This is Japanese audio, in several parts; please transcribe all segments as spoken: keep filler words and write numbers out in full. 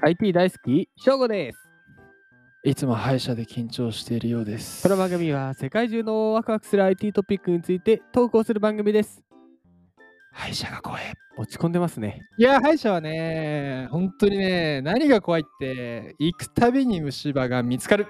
アイティー 大好き、翔吾です。 いつも歯医者で緊張しているようです。 この番組は世界中のワクワクする アイティー トピックについて投稿する番組です。 歯医者が怖い。 落ち込んでますね。 いや、歯医者はね、本当にね、何が怖いって、行くたびに虫歯が見つかる。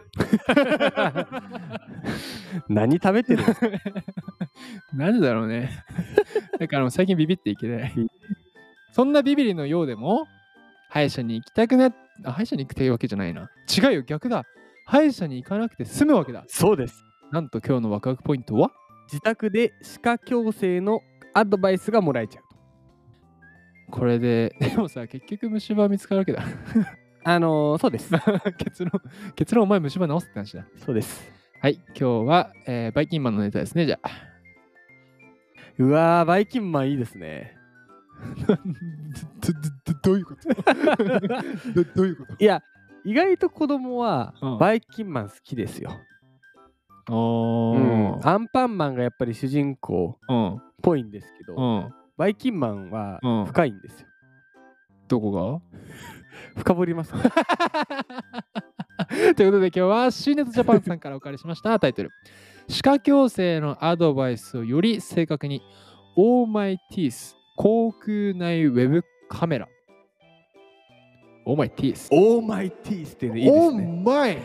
何食べてるんですか？ なんでだろうね。だからもう最近ビビっていけない。そんなビビリのようでも、歯医者に行きたくなっあ、歯医者に行くというわけじゃないな。違うよ、逆だ。歯医者に行かなくて済むわけだ。 そうです。 なんと今日のワクワクポイントは、 自宅で歯科矯正のアドバイスがもらえちゃうと。 これで、でもさ、結局虫歯見つかるわけだ。 あのー、そうです。 結論、結論お前虫歯治すって話だ。 そうです。 はい、今日は、えーバイキンマンのネタですね、じゃあ。 うわー、バイキンマンいいですね。 どどどういうことどどういうこといや、意外と子供はうんバイキンマン好きですよ。 おうん、 ー。 アンパンマンがやっぱり主人公っうん。 ぽいんですけど、 うん。 バイキンマンはうん深いんですよ。 どこが深掘りますね。 ということで今日は シーネットジャパンさんからお借りしましたタイトル。歯科矯正のアドバイスをより正確に Oh My Teeth 口腔内ウェブカメラ Oh My Teeth オーマイティースっていうのいいですね。 Oh My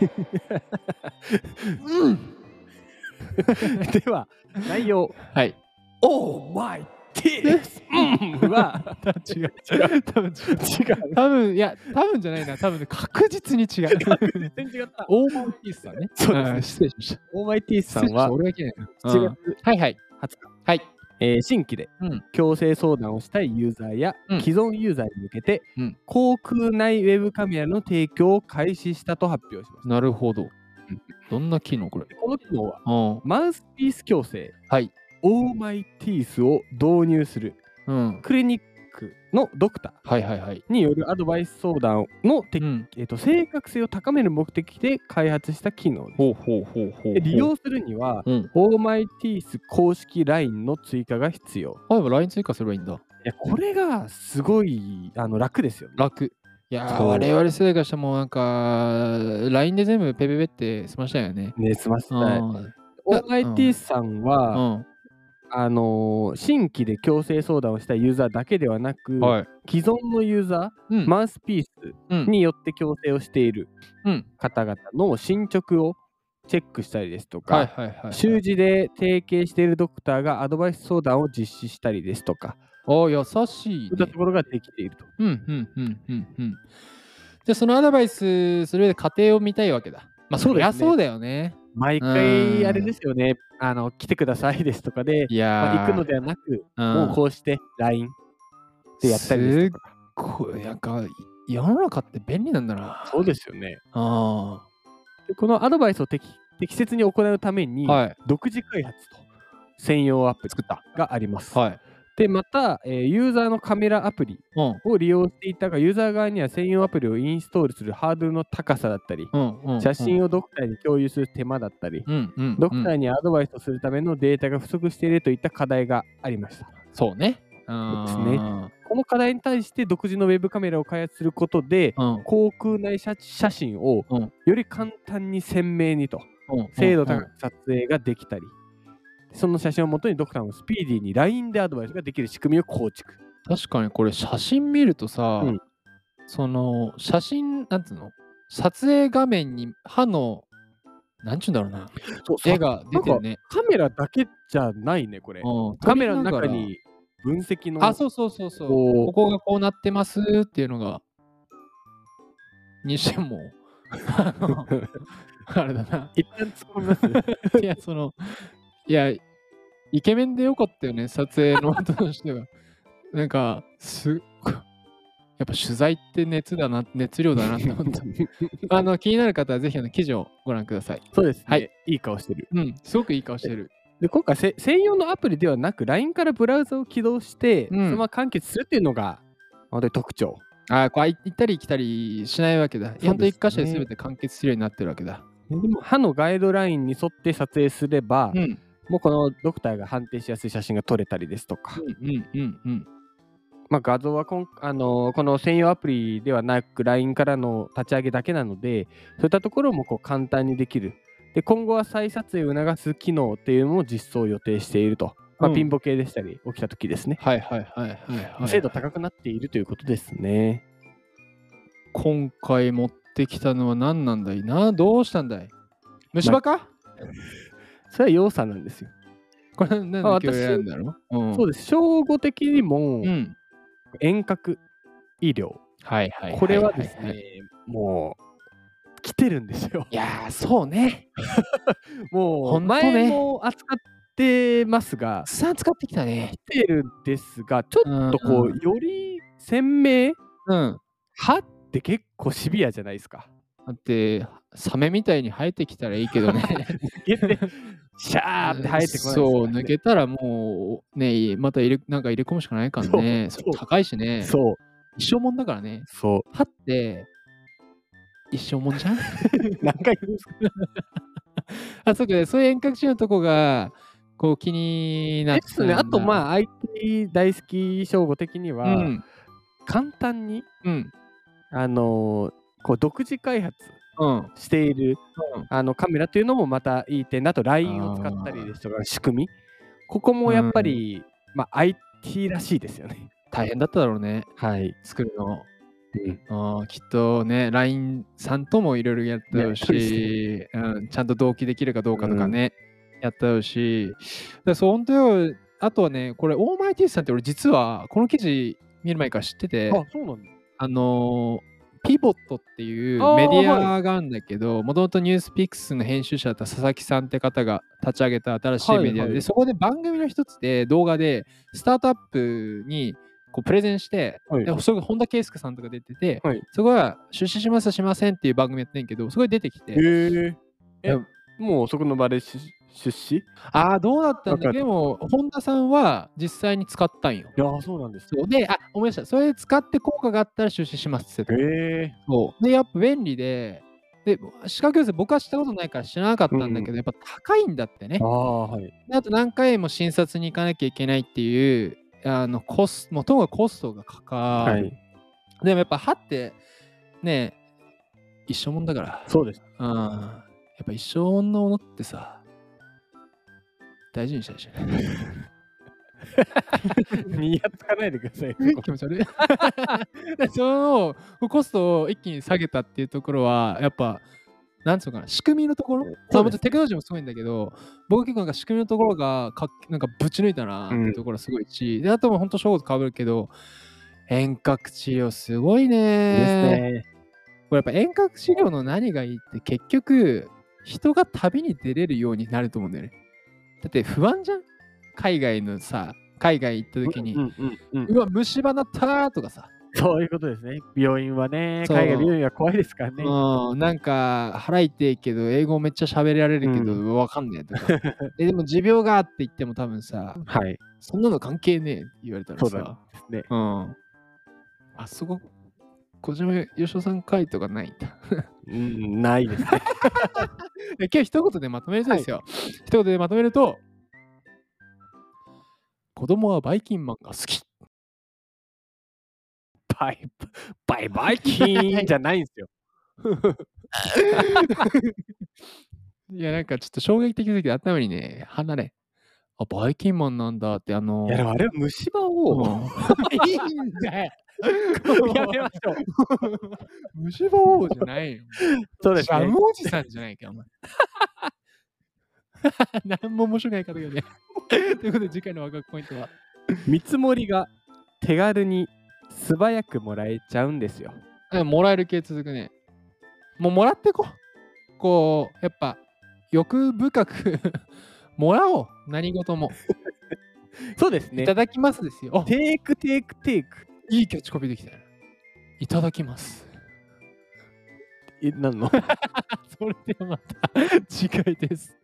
では内容はい。 オーマイティースは違う違う多分違う違う。 多分いや多分じゃないな多分ね確実に違う全然違った。 オーマイティースさんね。 そうですねん失礼しました。 オーマイティースさんは俺がいけないな。 しちがつはいはいはつか、 はい。 えー新規でうん矯正相談をしたいユーザーやうん既存ユーザーに向けてうん口腔内ウェブカメラの提供を開始したと発表しました。 なるほど。どんな機能これ。 この機能はうんマウスピース矯正はい。 オーマイティースを導入するうんクリニックのドクタはいはいはい。 ーによるアドバイス相談のて、 うん。 えーと正確性を高める目的で開発した機能です。 ほうほうほうほう。 で利用するには、 うん。 オーマイティース公式 ライン の追加が必要。 あ、でも ライン 追加すればいいんだ。 いやこれがすごいあの楽ですよね。 楽。いやー、 そう我々世代からしてもなんか、ライン で全部ペペペって済ましたよね。 ね、すませうん。 たい。オーマイティースさんは、 うん。 あのー新規で矯正相談をしたユーザーだけではなく、 はい。 既存のユーザー、 うん。 マウスピースうん。 によって矯正をしているうん。 方々の進捗をチェックしたりですとか、 はいはいはい。 習字で提携しているドクターがアドバイス相談を実施したりですとか、 ああ、優しいそういったねと。ころができていると。 うんうんうんうんうん。じゃあそのアドバイスする上で過程を見たいわけだ。まあそうですねそりゃそうだよね。 毎回あれですよね、あの来てくださいですとかで、 いやー、 まあ、行くのではなく、 うんもうこうして ライン でやったりですとか。 すっごいなんか世の中って便利なんだな。 そうですよね。 あでこのアドバイスを適適切に行うために、 はい独自開発と専用アプリ作った。 があります。 はい。 で、また、えーユーザーのカメラアプリうんを利用していたが、ユーザー側には専用アプリをインストールするハードルの高さだったり、 うんうん。 写真をドクターに共有する手間だったり、 うんうん。 ドクターうんにアドバイスをするためのデータが不足しているといった課題がありました。 そうね。 そうですねね。 この課題に対して独自のウェブカメラを開発することで、 うん口腔内写写真をうんより簡単に鮮明にとうん。 精度高く撮影ができたり、その写真をもとにドクターもスピーディーに ライン でアドバイスができる仕組みを構築。 確かにこれ写真見るとさ、 うんその写真なんつうの撮影画面に歯のなんちゅうんだろうな絵が出てるね。 カメラだけじゃないね、これ。 うんカメラの中に分析の。 あ、そうそうそうそう。 こうここがこうなってますっていうのがにしてもあのあれだな。 一旦突っ込みます。 いやそのいやイケメンでよかったよね撮影のとしては。なんかすっごいやっぱ取材って熱だな熱量だなって思った。あの気になる方はぜひあの記事をご覧ください。 そうですね。 はいいい顔してる。 うん、すごくいい顔してる。 で今回せ専用のアプリではなく ライン からブラウザを起動して、 うんそのまま完結するっていうのが本当に特徴。 ああ、こう行ったり来たりしないわけだ。 すね本当一箇所で全て完結するようになってるわけだ。 でも歯のガイドラインに沿って撮影すれば、 うん、 もうこのドクターが判定しやすい写真が撮れたりですとか、 うん、うん、うん、うん。 まあ、画像はこん、あのーこの専用アプリではなく ライン からの立ち上げだけなので、そういったところもこう簡単にできる。で、今後は再撮影を促す機能っていうのも実装を予定していると。まあ、 うんピンボ系でしたり起きたときですね。 はいはいはいはいはい。 精度高くなっているということですね。 今回持ってきたのは何なんだいな。どうしたんだい？虫歯か？ それは要素なんですよ。 これなんでまあ今日選んだの？うん。 そうです。称号的にもうん。 遠隔医療。 はいはいはいはいはい。 これはですね、もう来てるんですよ。 いやー、そうね。 もうほんとね前も扱ってますが、 さん使ってきたね。 来てるんですが、ちょっとこうんう、より鮮明うん。 歯って結構シビアじゃないですか。 だって、サメみたいに生えてきたらいいけどね。 抜けて、シャーって生えてこないですからそう、 ね抜けたらもう、ね、また入れなんか入れ込むしかないからね。 そうそう高いしね。 そう、 一生もんだからね。 そう。 歯って一生もんじゃん何回言うんですか？ あ、そうか、そういう遠隔地のとこが、こう気になったんだ。 ですね。あと、まあ、アイティー 大好き称号的にうは、 ん。 簡単に、 うん。 あのーこう独自開発うん。 しているうんあのカメラというのもまたいい点だと ライン を使ったりですとか仕組みここもやっぱり、まあ、アイティー らしいですよね。 大変だっただろうね、 はい。 作るの。 うん、 あーきっとね、ライン さんともいろいろやったろうやりとりし、うん、ちゃんと同期できるかどうかとかね、やったろうし、だそう本当よ、あとはね、これ、オーマイティーさんって俺実はこの記事見る前から知ってて、 あ、そうなんだ。 あのーピボットっていうあーメディアがあるんだけど、もともとニュースピックスの編集者だった佐々木さんって方が立ち上げた新しいメディアで、 はいはいそこで番組の一つで動画でスタートアップにこうプレゼンして、 はいでそれが本田圭佑さんとか出てて、 はい。 そこは出資しますしませんっていう番組やってんけど、そこで出てきて、 へえ。えうんもうそこの場でし出資？いああ、どうだったんだわかるでも、本田さんは実際に使ったんよ。 やー、そうなんです。 そうで、あ、思い出した。それで使って効果があったら出資しますって言ってた。 へえ。 そう。で、やっぱ便利で、で、歯科矯正僕はしたことないから知らなかったんだけど、やっぱ高いんだってねあ。あ、はい。 であと何回も診察に行かなきゃいけないっていう、あの、コスト、もうともかくコストがかかる。 はい。 でもやっぱ歯って、ね、一生もんだから。 そうです。 うん。やっぱ一生もんのものってさ、大事にしたいしね。 にやつかないでください。 気持ち悪い。でそのコストを一気に下げたっていうところは、やっぱ、なんつうのかな、仕組みのところ、 そうですまあもちろんテクノロジーもすごいんだけど、僕は結構なんか仕組みのところがかっなんかぶち抜いたなっていうところはすごいし、で、あとも本当、正月被るけど、遠隔治療すごいねですね。 これやっぱ遠隔治療の何がいいって結局、人が旅に出れるようになると思うんだよね。だって不安じゃん海外のさ、海外行った時に、 うんうんうんうんうわ、虫歯なったーとかさ、 そういうことですね。病院はね、 そう海外病院は怖いですからね。 うん、なんか腹痛いけど、英語めっちゃ喋られるけど、 うわかんねえとか。えでも持病があって言っても多分さ、 はい。 そんなの関係ねえって言われたらそうださ、 ですね。 うん。あそこ、小島よしおさん回とかないんだ。 うん、ないですね。 で今日一言でまとめるとですよ。一言でまとめると、子供はバイキンマンが好き。 バイ、バイバイキンじゃないんですよ。 いや、なんかちょっと衝撃的すぎて頭にね、離れ。あ、バイキンマンなんだって、あのいや、でもあれは虫歯うを、 んいいんだよ。 やめましょう。 虫歯王じゃないよ。 そうですねジャム。おじさんじゃないか、お前。何も面白くないからよね。ということで、次回のワクワクポイントは。 見積もりが手軽に素早くもらえちゃうんですよ。 うんもらえる系続くね。もうもらってこう。こう、やっぱ、欲深くもらおう。何事も。 そうですねいた。だきますですよ。 テイクテイクテイク。 いいキャッチコピーできたよ。いただきます。 え、なんのそれではまた次回です。